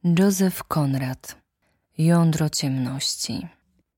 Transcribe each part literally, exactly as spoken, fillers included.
Józef Konrad. Jądro ciemności.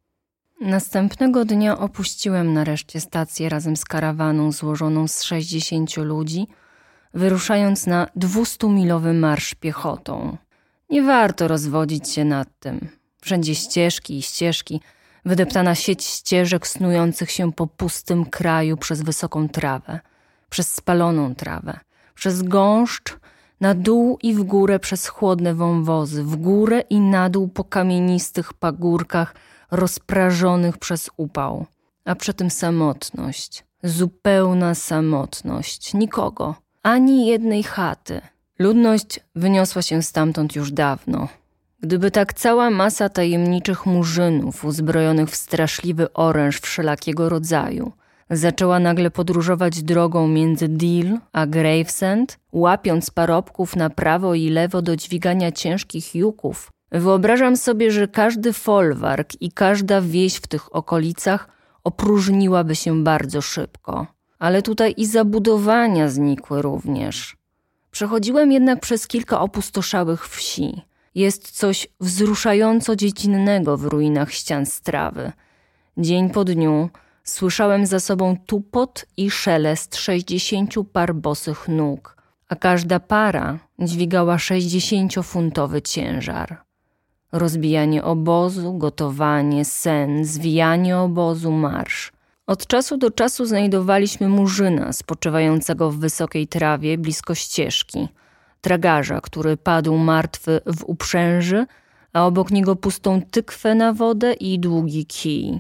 Następnego dnia opuściłem nareszcie stację razem z karawaną złożoną z sześćdziesięciu ludzi, wyruszając na dwustumilowy marsz piechotą. Nie warto rozwodzić się nad tym. Wszędzie ścieżki i ścieżki, wydeptana sieć ścieżek snujących się po pustym kraju przez wysoką trawę, przez spaloną trawę, przez gąszcz, na dół i w górę przez chłodne wąwozy, w górę i na dół po kamienistych pagórkach rozprażonych przez upał. A przy tym samotność, zupełna samotność, nikogo, ani jednej chaty. Ludność wyniosła się stamtąd już dawno. Gdyby tak cała masa tajemniczych murzynów uzbrojonych w straszliwy oręż wszelakiego rodzaju zaczęła nagle podróżować drogą między Deal a Gravesend, łapiąc parobków na prawo i lewo do dźwigania ciężkich juków, wyobrażam sobie, że każdy folwark i każda wieś w tych okolicach opróżniłaby się bardzo szybko. Ale tutaj i zabudowania znikły również. Przechodziłem jednak przez kilka opustoszałych wsi. Jest coś wzruszająco dziecinnego w ruinach ścian strawy. Dzień po dniu słyszałem za sobą tupot i szelest sześćdziesięciu par bosych nóg, a każda para dźwigała sześćdziesięciofuntowy ciężar. Rozbijanie obozu, gotowanie, sen, zwijanie obozu, marsz. Od czasu do czasu znajdowaliśmy murzyna spoczywającego w wysokiej trawie blisko ścieżki, tragarza, który padł martwy w uprzęży, a obok niego pustą tykwę na wodę i długi kij.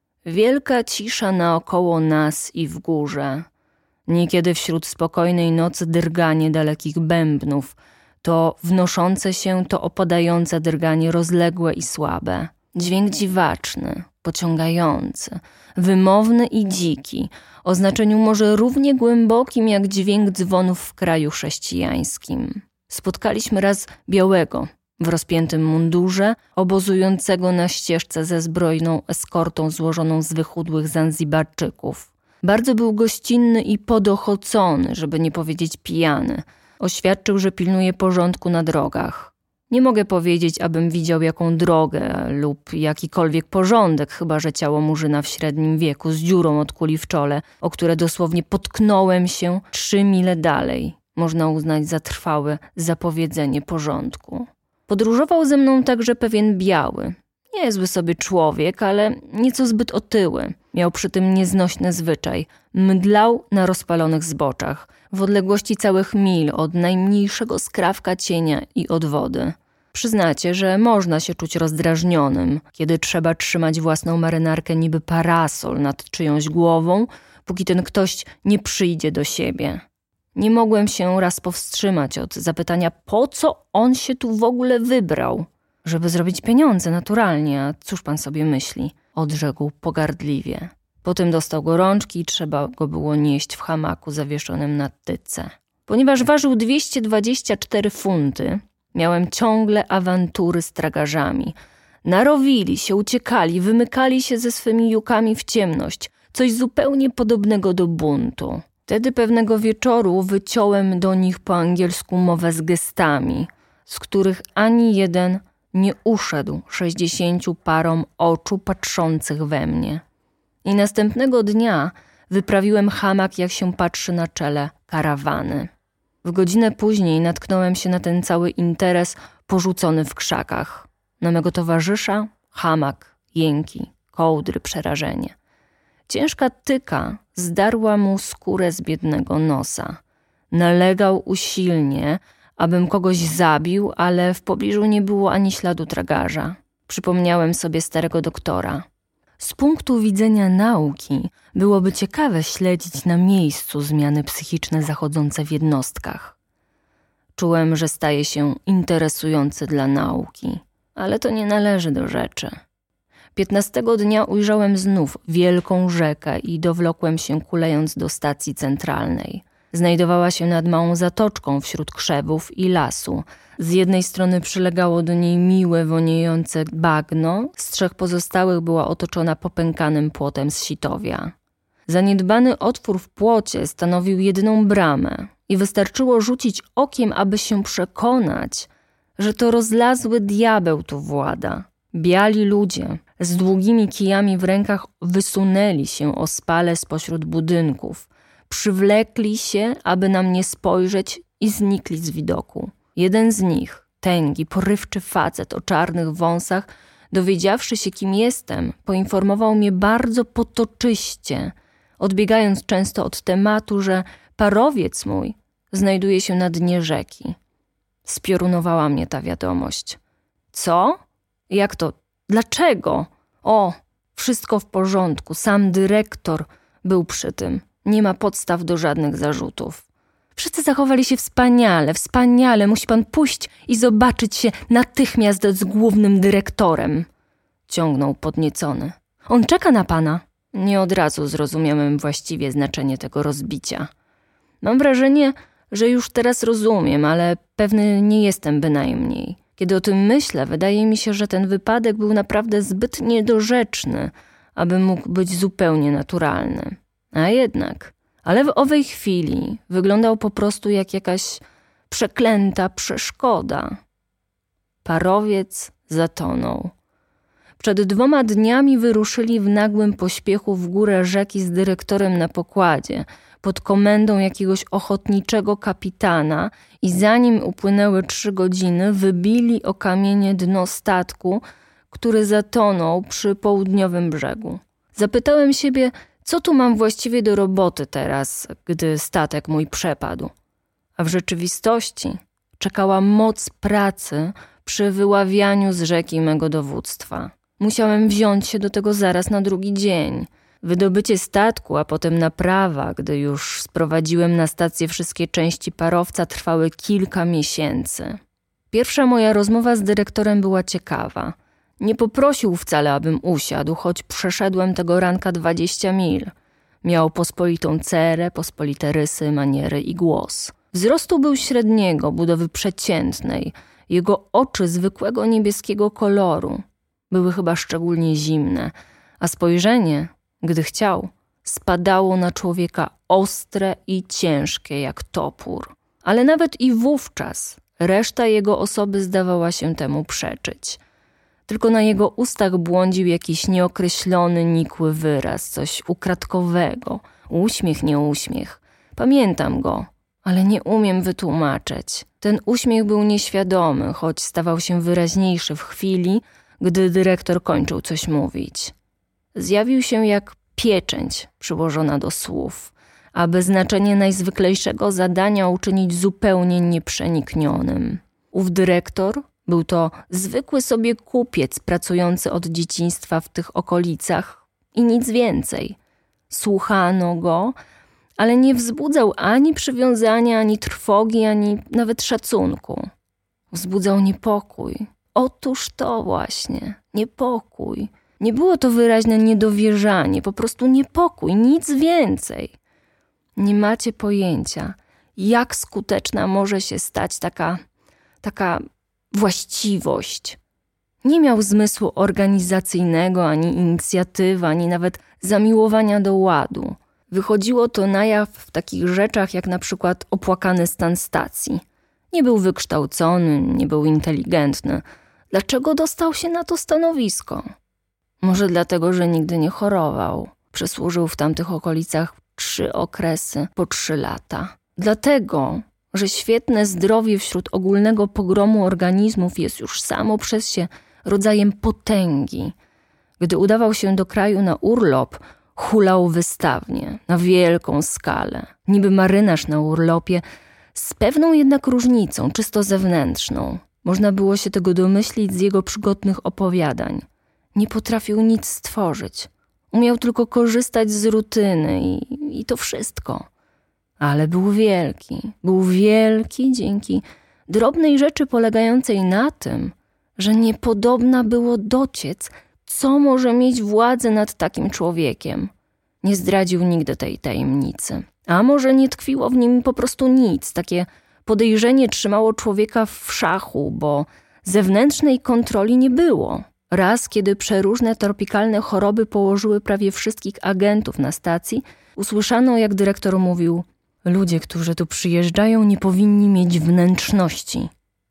Wielka cisza naokoło nas i w górze. Niekiedy wśród spokojnej nocy drganie dalekich bębnów, to wnoszące się, to opadające drganie rozległe i słabe. Dźwięk dziwaczny, pociągający, wymowny i dziki, o znaczeniu może równie głębokim jak dźwięk dzwonów w kraju chrześcijańskim. Spotkaliśmy raz białego, w rozpiętym mundurze, obozującego na ścieżce ze zbrojną eskortą złożoną z wychudłych Zanzibarczyków. Bardzo był gościnny i podochocony, żeby nie powiedzieć pijany. Oświadczył, że pilnuje porządku na drogach. Nie mogę powiedzieć, abym widział jaką drogę lub jakikolwiek porządek, chyba że ciało murzyna w średnim wieku z dziurą od kuli w czole, o które dosłownie potknąłem się trzy mile dalej. Można uznać za trwałe zapowiedzenie porządku. Podróżował ze mną także pewien biały. Niezły sobie człowiek, ale nieco zbyt otyły. Miał przy tym nieznośny zwyczaj. Mdlał na rozpalonych zboczach, w odległości całych mil od najmniejszego skrawka cienia i od wody. Przyznacie, że można się czuć rozdrażnionym, kiedy trzeba trzymać własną marynarkę niby parasol nad czyjąś głową, póki ten ktoś nie przyjdzie do siebie. Nie mogłem się raz powstrzymać od zapytania, po co on się tu w ogóle wybrał? Żeby zrobić pieniądze, naturalnie, a cóż pan sobie myśli? Odrzekł pogardliwie. Potem dostał gorączki i trzeba go było nieść w hamaku zawieszonym na tyce. Ponieważ ważył dwieście dwadzieścia cztery funty, miałem ciągle awantury z tragarzami. Narowili się, uciekali, wymykali się ze swymi jukami w ciemność. Coś zupełnie podobnego do buntu. Wtedy pewnego wieczoru wyciąłem do nich po angielsku mowę z gestami, z których ani jeden nie uszedł sześćdziesięciu parom oczu patrzących we mnie. I następnego dnia wyprawiłem hamak, jak się patrzy na czele karawany. W godzinę później natknąłem się na ten cały interes porzucony w krzakach. Na mego towarzysza hamak, jęki, kołdry, przerażenie. Ciężka tyka zdarła mu skórę z biednego nosa. Nalegał usilnie, abym kogoś zabił, ale w pobliżu nie było ani śladu tragarza. Przypomniałem sobie starego doktora. Z punktu widzenia nauki byłoby ciekawe śledzić na miejscu zmiany psychiczne zachodzące w jednostkach. Czułem, że staje się interesujący dla nauki, ale to nie należy do rzeczy. Piętnastego dnia ujrzałem znów wielką rzekę i dowlokłem się kulejąc do stacji centralnej. Znajdowała się nad małą zatoczką wśród krzewów i lasu. Z jednej strony przylegało do niej miłe, woniejące bagno, z trzech pozostałych była otoczona popękanym płotem z sitowia. Zaniedbany otwór w płocie stanowił jedyną bramę i wystarczyło rzucić okiem, aby się przekonać, że to rozlazły diabeł tu włada. Biali ludzie z długimi kijami w rękach wysunęli się ospale spośród budynków. Przywlekli się, aby na mnie spojrzeć i znikli z widoku. Jeden z nich, tęgi, porywczy facet o czarnych wąsach, dowiedziawszy się, kim jestem, poinformował mnie bardzo potoczyście, odbiegając często od tematu, że parowiec mój znajduje się na dnie rzeki. Spiorunowała mnie ta wiadomość. Co? Jak to? Dlaczego? O, wszystko w porządku. Sam dyrektor był przy tym. Nie ma podstaw do żadnych zarzutów. Wszyscy zachowali się wspaniale, wspaniale. Musi pan pójść i zobaczyć się natychmiast z głównym dyrektorem. Ciągnął podniecony. On czeka na pana. Nie od razu zrozumiałem właściwie znaczenie tego rozbicia. Mam wrażenie, że już teraz rozumiem, ale pewny nie jestem bynajmniej. Kiedy o tym myślę, wydaje mi się, że ten wypadek był naprawdę zbyt niedorzeczny, aby mógł być zupełnie naturalny. A jednak, ale w owej chwili wyglądał po prostu jak jakaś przeklęta przeszkoda. Parowiec zatonął. Przed dwoma dniami wyruszyli w nagłym pośpiechu w górę rzeki z dyrektorem na pokładzie, pod komendą jakiegoś ochotniczego kapitana i zanim upłynęły trzy godziny, wybili o kamienie dno statku, który zatonął przy południowym brzegu. Zapytałem siebie, co tu mam właściwie do roboty teraz, gdy statek mój przepadł. A w rzeczywistości czekała moc pracy przy wyławianiu z rzeki mego dowództwa. Musiałem wziąć się do tego zaraz na drugi dzień. Wydobycie statku, a potem naprawa, gdy już sprowadziłem na stację wszystkie części parowca, trwały kilka miesięcy. Pierwsza moja rozmowa z dyrektorem była ciekawa. Nie poprosił wcale, abym usiadł, choć przeszedłem tego ranka dwadzieścia mil. Miał pospolitą cerę, pospolite rysy, maniery i głos. Wzrostu był średniego, budowy przeciętnej. Jego oczy zwykłego niebieskiego koloru były chyba szczególnie zimne, a spojrzenie, gdy chciał, spadało na człowieka ostre i ciężkie jak topór. Ale nawet i wówczas reszta jego osoby zdawała się temu przeczyć. Tylko na jego ustach błądził jakiś nieokreślony, nikły wyraz, coś ukradkowego, uśmiech, nie uśmiech. Pamiętam go, ale nie umiem wytłumaczyć. Ten uśmiech był nieświadomy, choć stawał się wyraźniejszy w chwili, gdy dyrektor kończył coś mówić. Zjawił się jak pieczęć przyłożona do słów, aby znaczenie najzwyklejszego zadania uczynić zupełnie nieprzeniknionym. Ów dyrektor był to zwykły sobie kupiec pracujący od dzieciństwa w tych okolicach i nic więcej. Słuchano go, ale nie wzbudzał ani przywiązania, ani trwogi, ani nawet szacunku. Wzbudzał niepokój. Otóż to właśnie, niepokój. Nie było to wyraźne niedowierzanie, po prostu niepokój, nic więcej. Nie macie pojęcia, jak skuteczna może się stać taka, taka właściwość. Nie miał zmysłu organizacyjnego, ani inicjatywy, ani nawet zamiłowania do ładu. Wychodziło to na jaw w takich rzeczach jak na przykład opłakany stan stacji. Nie był wykształcony, nie był inteligentny. Dlaczego dostał się na to stanowisko? Może dlatego, że nigdy nie chorował. Przesłużył w tamtych okolicach trzy okresy po trzy lata. Dlatego, że świetne zdrowie wśród ogólnego pogromu organizmów jest już samo przez się rodzajem potęgi. Gdy udawał się do kraju na urlop, hulał wystawnie, na wielką skalę. Niby marynarz na urlopie, z pewną jednak różnicą, czysto zewnętrzną. Można było się tego domyślić z jego przygodnych opowiadań. Nie potrafił nic stworzyć. Umiał tylko korzystać z rutyny i, i to wszystko. Ale był wielki. Był wielki dzięki drobnej rzeczy polegającej na tym, że niepodobna było dociec, co może mieć władzę nad takim człowiekiem. Nie zdradził nigdy tej tajemnicy. A może nie tkwiło w nim po prostu nic. Takie podejrzenie trzymało człowieka w szachu, bo zewnętrznej kontroli nie było. Raz, kiedy przeróżne tropikalne choroby położyły prawie wszystkich agentów na stacji, usłyszano, jak dyrektor mówił: ludzie, którzy tu przyjeżdżają, nie powinni mieć wnętrzności.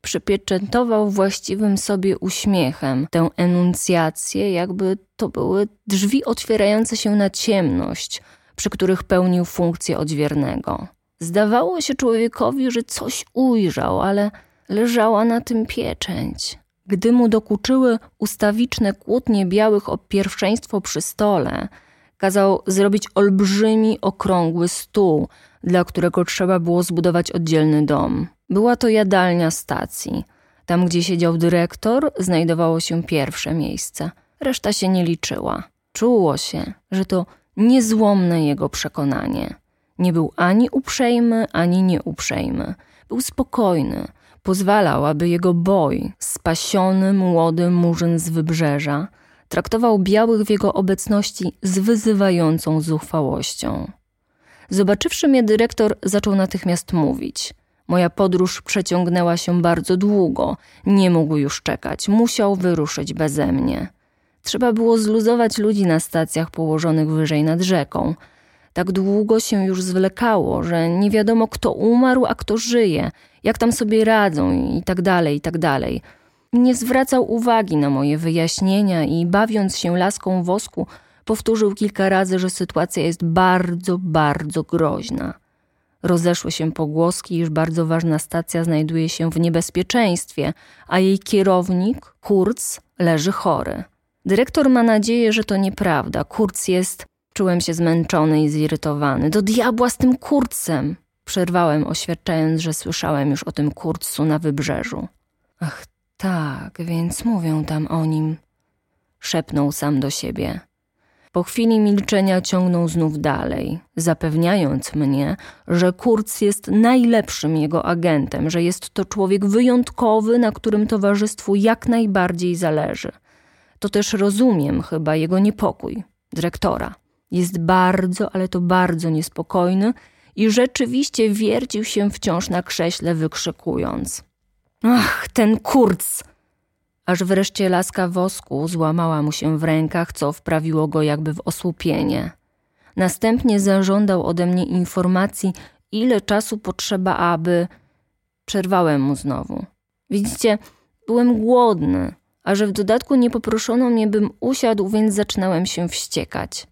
Przypieczętował właściwym sobie uśmiechem tę enuncjację, jakby to były drzwi otwierające się na ciemność, przy których pełnił funkcję odźwiernego. Zdawało się człowiekowi, że coś ujrzał, ale leżała na tym pieczęć. Gdy mu dokuczyły ustawiczne kłótnie białych o pierwszeństwo przy stole, kazał zrobić olbrzymi, okrągły stół, dla którego trzeba było zbudować oddzielny dom. Była to jadalnia stacji. Tam, gdzie siedział dyrektor, znajdowało się pierwsze miejsce. Reszta się nie liczyła. Czuło się, że to niezłomne jego przekonanie. Nie był ani uprzejmy, ani nieuprzejmy. Był spokojny. Pozwalał, aby jego boj, spasiony młody murzyn z wybrzeża, traktował białych w jego obecności z wyzywającą zuchwałością. Zobaczywszy mnie, dyrektor zaczął natychmiast mówić. Moja podróż przeciągnęła się bardzo długo. Nie mógł już czekać. Musiał wyruszyć beze mnie. Trzeba było zluzować ludzi na stacjach położonych wyżej nad rzeką. Tak długo się już zwlekało, że nie wiadomo, kto umarł, a kto żyje, jak tam sobie radzą i tak dalej, i tak dalej. Nie zwracał uwagi na moje wyjaśnienia i bawiąc się laską wosku, powtórzył kilka razy, że sytuacja jest bardzo, bardzo groźna. Rozeszły się pogłoski, iż bardzo ważna stacja znajduje się w niebezpieczeństwie, a jej kierownik, Kurz, leży chory. Dyrektor ma nadzieję, że to nieprawda. Kurz jest... Czułem się zmęczony i zirytowany. Do diabła z tym Kurzem! Przerwałem, oświadczając, że słyszałem już o tym Kurzu na wybrzeżu. Ach tak, więc mówią tam o nim. Szepnął sam do siebie. Po chwili milczenia ciągnął znów dalej, zapewniając mnie, że Kurz jest najlepszym jego agentem, że jest to człowiek wyjątkowy, na którym towarzystwu jak najbardziej zależy. To też rozumiem chyba jego niepokój, dyrektora. Jest bardzo, ale to bardzo niespokojny i rzeczywiście wiercił się wciąż na krześle, wykrzykując. Ach, ten Kurz! Aż wreszcie laska wosku złamała mu się w rękach, co wprawiło go jakby w osłupienie. Następnie zażądał ode mnie informacji, ile czasu potrzeba, aby... Przerwałem mu znowu. Widzicie, byłem głodny, a że w dodatku nie poproszono mnie, bym usiadł, więc zaczynałem się wściekać.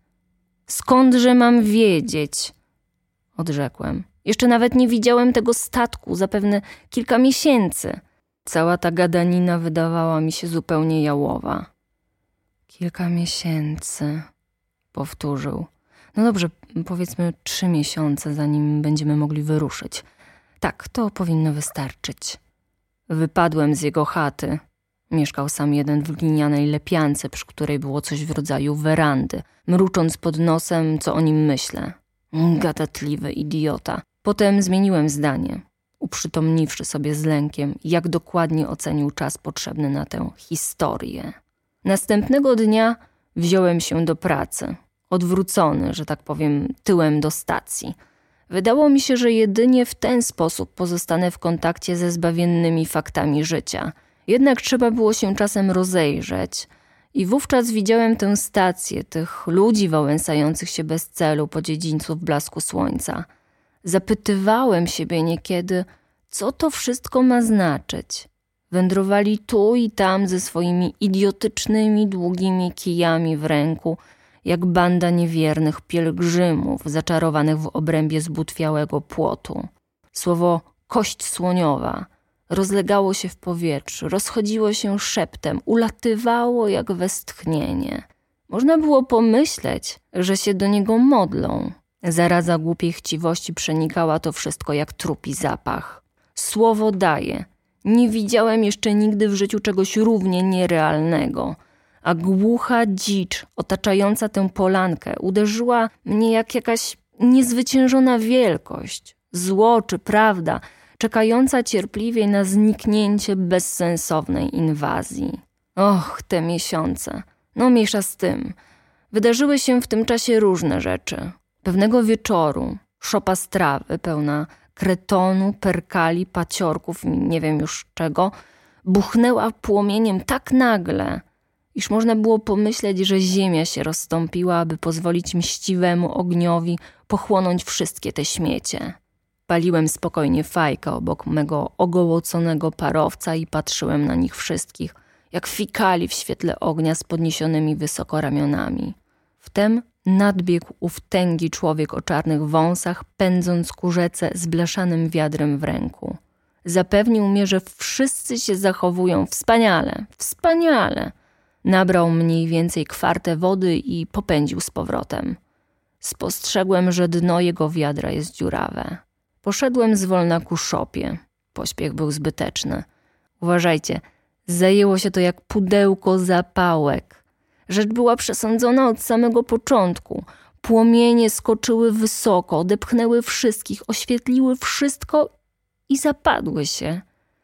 Skądże mam wiedzieć? Odrzekłem. Jeszcze nawet nie widziałem tego statku, zapewne kilka miesięcy. Cała ta gadanina wydawała mi się zupełnie jałowa. Kilka miesięcy, powtórzył. No dobrze, powiedzmy trzy miesiące, zanim będziemy mogli wyruszyć. Tak, to powinno wystarczyć. Wypadłem z jego chaty. Mieszkał sam jeden w glinianej lepiance, przy której było coś w rodzaju werandy, mrucząc pod nosem, co o nim myślę. Gadatliwy idiota. Potem zmieniłem zdanie, uprzytomniwszy sobie z lękiem, jak dokładnie ocenił czas potrzebny na tę historię. Następnego dnia wziąłem się do pracy, odwrócony, że tak powiem, tyłem do stacji. Wydało mi się, że jedynie w ten sposób pozostanę w kontakcie ze zbawiennymi faktami życia. Jednak trzeba było się czasem rozejrzeć i wówczas widziałem tę stację, tych ludzi wałęsających się bez celu po dziedzińcu w blasku słońca. Zapytywałem siebie niekiedy, co to wszystko ma znaczyć. Wędrowali tu i tam ze swoimi idiotycznymi, długimi kijami w ręku, jak banda niewiernych pielgrzymów zaczarowanych w obrębie zbutwiałego płotu. Słowo kość słoniowa rozlegało się w powietrzu, rozchodziło się szeptem, ulatywało jak westchnienie. Można było pomyśleć, że się do niego modlą. Zaraza głupiej chciwości przenikała to wszystko jak trupi zapach. Słowo daje. Nie widziałem jeszcze nigdy w życiu czegoś równie nierealnego, a głucha dzicz otaczająca tę polankę uderzyła mnie jak jakaś niezwyciężona wielkość, zło czy prawda, czekająca cierpliwie na zniknięcie bezsensownej inwazji. Och, te miesiące, no mniejsza z tym. Wydarzyły się w tym czasie różne rzeczy. Pewnego wieczoru szopa strawy pełna kretonu, perkali, paciorków i nie wiem już czego, buchnęła płomieniem tak nagle, iż można było pomyśleć, że ziemia się rozstąpiła, aby pozwolić mściwemu ogniowi pochłonąć wszystkie te śmiecie. Paliłem spokojnie fajkę obok mego ogołoconego parowca i patrzyłem na nich wszystkich, jak fikali w świetle ognia z podniesionymi wysoko ramionami. Wtem nadbiegł ów tęgi człowiek o czarnych wąsach, pędząc ku rzece z blaszanym wiadrem w ręku. Zapewnił mnie, że wszyscy się zachowują wspaniale, wspaniale. Nabrał mniej więcej kwartę wody i popędził z powrotem. Spostrzegłem, że dno jego wiadra jest dziurawe. Poszedłem zwolna ku szopie. Pośpiech był zbyteczny. Uważajcie, zajęło się to jak pudełko zapałek. Rzecz była przesądzona od samego początku. Płomienie skoczyły wysoko, odepchnęły wszystkich, oświetliły wszystko i zapadły się.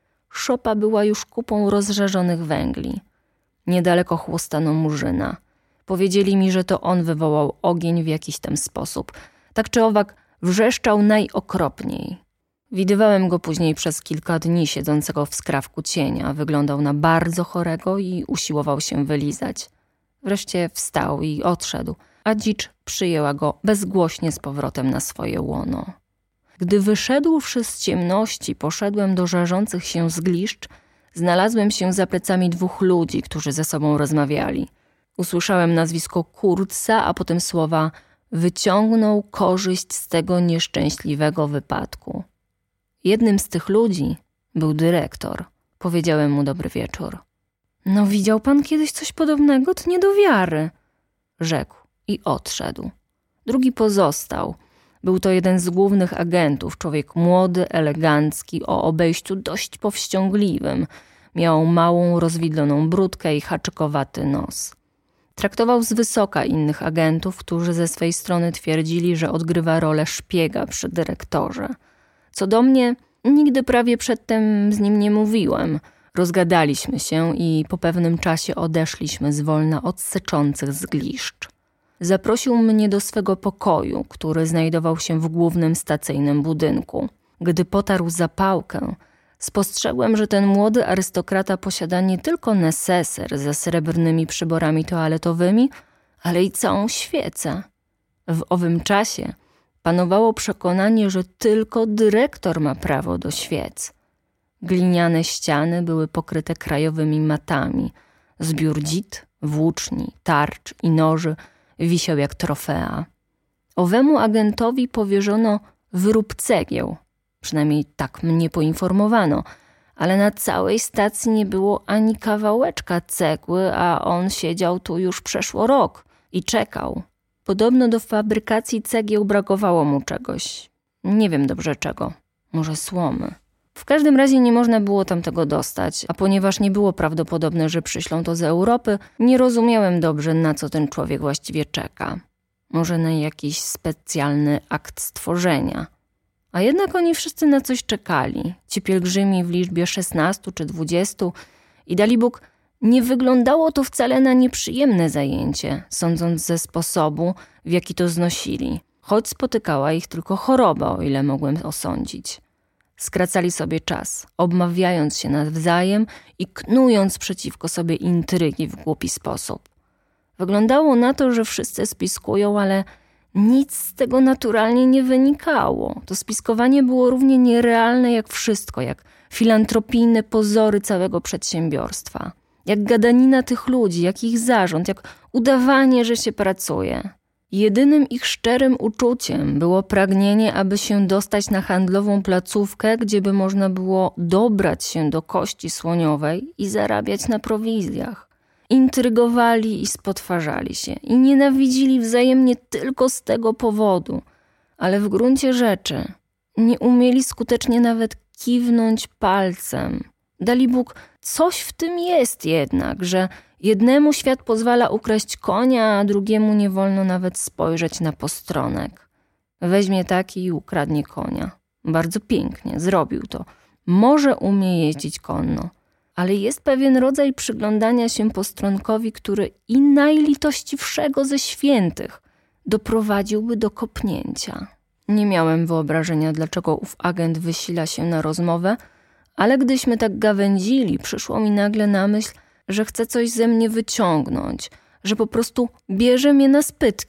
Szopa była już kupą rozżarzonych węgli. Niedaleko chłostano murzyna. Powiedzieli mi, że to on wywołał ogień w jakiś tam sposób. Tak czy owak wrzeszczał najokropniej. Widywałem go później przez kilka dni siedzącego w skrawku cienia. Wyglądał na bardzo chorego i usiłował się wylizać. Wreszcie wstał i odszedł, a dzicz przyjęła go bezgłośnie z powrotem na swoje łono. Gdy wyszedłszy z ciemności, poszedłem do żarzących się zgliszcz, znalazłem się za plecami dwóch ludzi, którzy ze sobą rozmawiali. Usłyszałem nazwisko Kurtza, a potem słowa wyciągnął korzyść z tego nieszczęśliwego wypadku. Jednym z tych ludzi był dyrektor. Powiedziałem mu dobry wieczór. No widział pan kiedyś coś podobnego? To nie do wiary, rzekł i odszedł. Drugi pozostał. Był to jeden z głównych agentów, człowiek młody, elegancki, o obejściu dość powściągliwym. Miał małą, rozwidloną brudkę i haczykowaty nos. Traktował z wysoka innych agentów, którzy ze swej strony twierdzili, że odgrywa rolę szpiega przy dyrektorze. Co do mnie, nigdy prawie przedtem z nim nie mówiłem. Rozgadaliśmy się i po pewnym czasie odeszliśmy zwolna od syczących zgliszcz. Zaprosił mnie do swego pokoju, który znajdował się w głównym stacyjnym budynku. Gdy potarł zapałkę, spostrzegłem, że ten młody arystokrata posiada nie tylko neseser ze srebrnymi przyborami toaletowymi, ale i całą świecę. W owym czasie panowało przekonanie, że tylko dyrektor ma prawo do świec. Gliniane ściany były pokryte krajowymi matami. Zbiór dzid, włóczni, tarcz i noży wisiał jak trofea. Owemu agentowi powierzono wyrób cegieł. Przynajmniej tak mnie poinformowano, ale na całej stacji nie było ani kawałeczka cegły, a on siedział tu już przeszło rok i czekał. Podobno do fabrykacji cegieł brakowało mu czegoś. Nie wiem dobrze czego. Może słomy. W każdym razie nie można było tam tego dostać, a ponieważ nie było prawdopodobne, że przyślą to z Europy, nie rozumiałem dobrze, na co ten człowiek właściwie czeka. Może na jakiś specjalny akt stworzenia. A jednak oni wszyscy na coś czekali. Ci pielgrzymi w liczbie szesnastu czy dwudziestu i dalibóg nie wyglądało to wcale na nieprzyjemne zajęcie, sądząc ze sposobu, w jaki to znosili. Choć spotykała ich tylko choroba, o ile mogłem osądzić. Skracali sobie czas, obmawiając się nawzajem i knując przeciwko sobie intrygi w głupi sposób. Wyglądało na to, że wszyscy spiskują, ale nic z tego naturalnie nie wynikało. To spiskowanie było równie nierealne jak wszystko, jak filantropijne pozory całego przedsiębiorstwa. Jak gadanina tych ludzi, jak ich zarząd, jak udawanie, że się pracuje. Jedynym ich szczerym uczuciem było pragnienie, aby się dostać na handlową placówkę, gdzie by można było dobrać się do kości słoniowej i zarabiać na prowizjach. Intrygowali i spotwarzali się i nienawidzili wzajemnie tylko z tego powodu, ale w gruncie rzeczy nie umieli skutecznie nawet kiwnąć palcem. Dalibóg, coś w tym jest jednak, że jednemu świat pozwala ukraść konia, a drugiemu nie wolno nawet spojrzeć na postronek. Weźmie taki i ukradnie konia. Bardzo pięknie, zrobił to. Może umie jeździć konno, ale jest pewien rodzaj przyglądania się postronkowi, który i najlitościwszego ze świętych doprowadziłby do kopnięcia. Nie miałem wyobrażenia, dlaczego ów agent wysila się na rozmowę, ale gdyśmy tak gawędzili, przyszło mi nagle na myśl, że chce coś ze mnie wyciągnąć, że po prostu bierze mnie na spytki.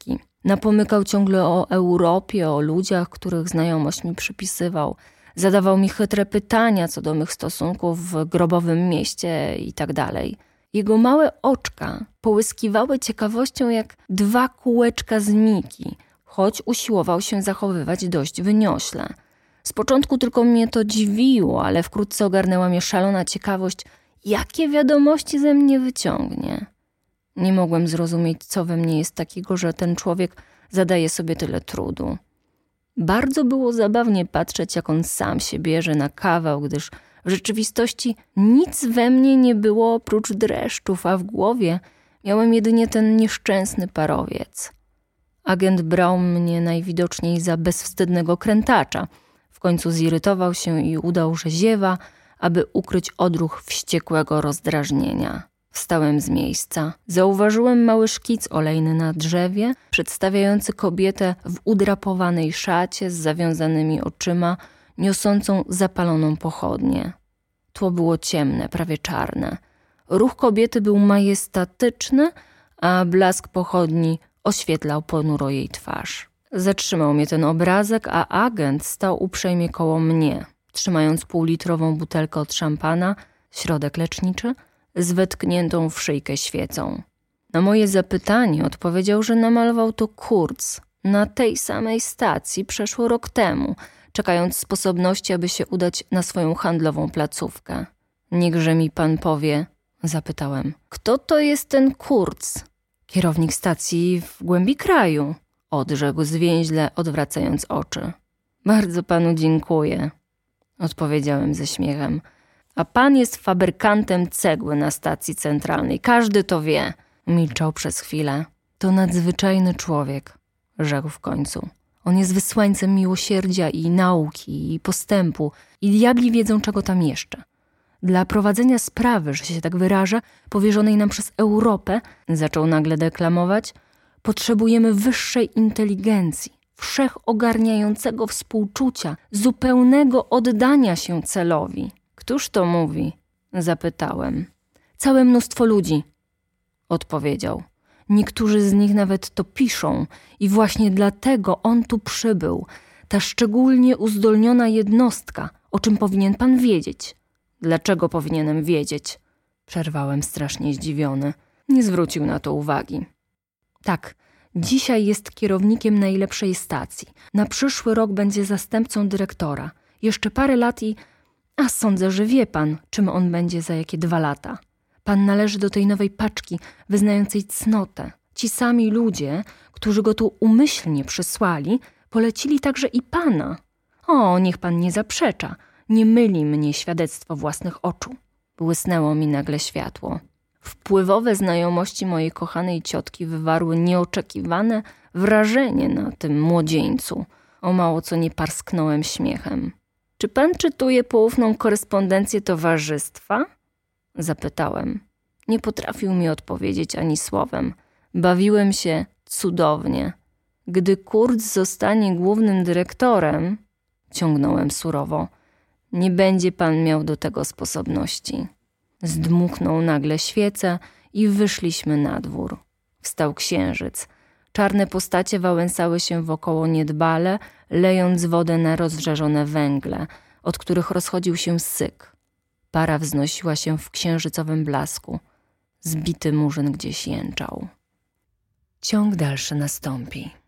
Napomykał ciągle o Europie, o ludziach, których znajomość mi przypisywał. Zadawał mi chytre pytania co do mych stosunków w grobowym mieście i tak dalej. Jego małe oczka połyskiwały ciekawością jak dwa kółeczka z Miki, choć usiłował się zachowywać dość wyniośle. Z początku tylko mnie to dziwiło, ale wkrótce ogarnęła mnie szalona ciekawość, jakie wiadomości ze mnie wyciągnie. Nie mogłem zrozumieć, co we mnie jest takiego, że ten człowiek zadaje sobie tyle trudu. Bardzo było zabawnie patrzeć, jak on sam się bierze na kawał, gdyż w rzeczywistości nic we mnie nie było oprócz dreszczów, a w głowie miałem jedynie ten nieszczęsny parowiec. Agent brał mnie najwidoczniej za bezwstydnego krętacza. W końcu zirytował się i udał, że ziewa, aby ukryć odruch wściekłego rozdrażnienia. Wstałem z miejsca. Zauważyłem mały szkic olejny na drzewie, przedstawiający kobietę w udrapowanej szacie z zawiązanymi oczyma, niosącą zapaloną pochodnię. Tło było ciemne, prawie czarne. Ruch kobiety był majestatyczny, a blask pochodni oświetlał ponuro jej twarz. Zatrzymał mnie ten obrazek, a agent stał uprzejmie koło mnie, trzymając półlitrową butelkę od szampana, środek leczniczy, z wetkniętą w szyjkę świecą. Na moje zapytanie odpowiedział, że namalował to Kurz na tej samej stacji przeszło rok temu, czekając sposobności, aby się udać na swoją handlową placówkę. Niechże mi pan powie, zapytałem, kto to jest ten Kurz? Kierownik stacji w głębi kraju, odrzekł zwięźle, odwracając oczy. Bardzo panu dziękuję, odpowiedziałem ze śmiechem. A pan jest fabrykantem cegły na stacji centralnej. Każdy to wie. Milczał przez chwilę. To nadzwyczajny człowiek, rzekł w końcu. On jest wysłańcem miłosierdzia i nauki, i postępu, i diabli wiedzą, czego tam jeszcze. Dla prowadzenia sprawy, że się tak wyrażę, powierzonej nam przez Europę, zaczął nagle deklamować, potrzebujemy wyższej inteligencji, wszechogarniającego współczucia, zupełnego oddania się celowi. Któż to mówi? Zapytałem. Całe mnóstwo ludzi, odpowiedział. Niektórzy z nich nawet to piszą i właśnie dlatego on tu przybył. Ta szczególnie uzdolniona jednostka, o czym powinien pan wiedzieć. Dlaczego powinienem wiedzieć? Przerwałem strasznie zdziwiony. Nie zwrócił na to uwagi. Tak, dzisiaj jest kierownikiem najlepszej stacji. Na przyszły rok będzie zastępcą dyrektora. Jeszcze parę lat i... A sądzę, że wie pan, czym on będzie za jakie dwa lata. Pan należy do tej nowej paczki wyznającej cnotę. Ci sami ludzie, którzy go tu umyślnie przysłali, polecili także i pana. O, niech pan nie zaprzecza. Nie myli mnie świadectwo własnych oczu. Błysnęło mi nagle światło. Wpływowe znajomości mojej kochanej ciotki wywarły nieoczekiwane wrażenie na tym młodzieńcu. O mało co nie parsknąłem śmiechem. Czy pan czytuje poufną korespondencję towarzystwa? Zapytałem. Nie potrafił mi odpowiedzieć ani słowem. Bawiłem się cudownie. Gdy Kurz zostanie głównym dyrektorem, ciągnąłem surowo, nie będzie pan miał do tego sposobności. Zdmuchnął nagle świecę i wyszliśmy na dwór. Wstał księżyc. Czarne postacie wałęsały się wokoło niedbale, lejąc wodę na rozżarzone węgle, od których rozchodził się syk. Para wznosiła się w księżycowym blasku. Zbity murzyn gdzieś jęczał. Ciąg dalszy nastąpi.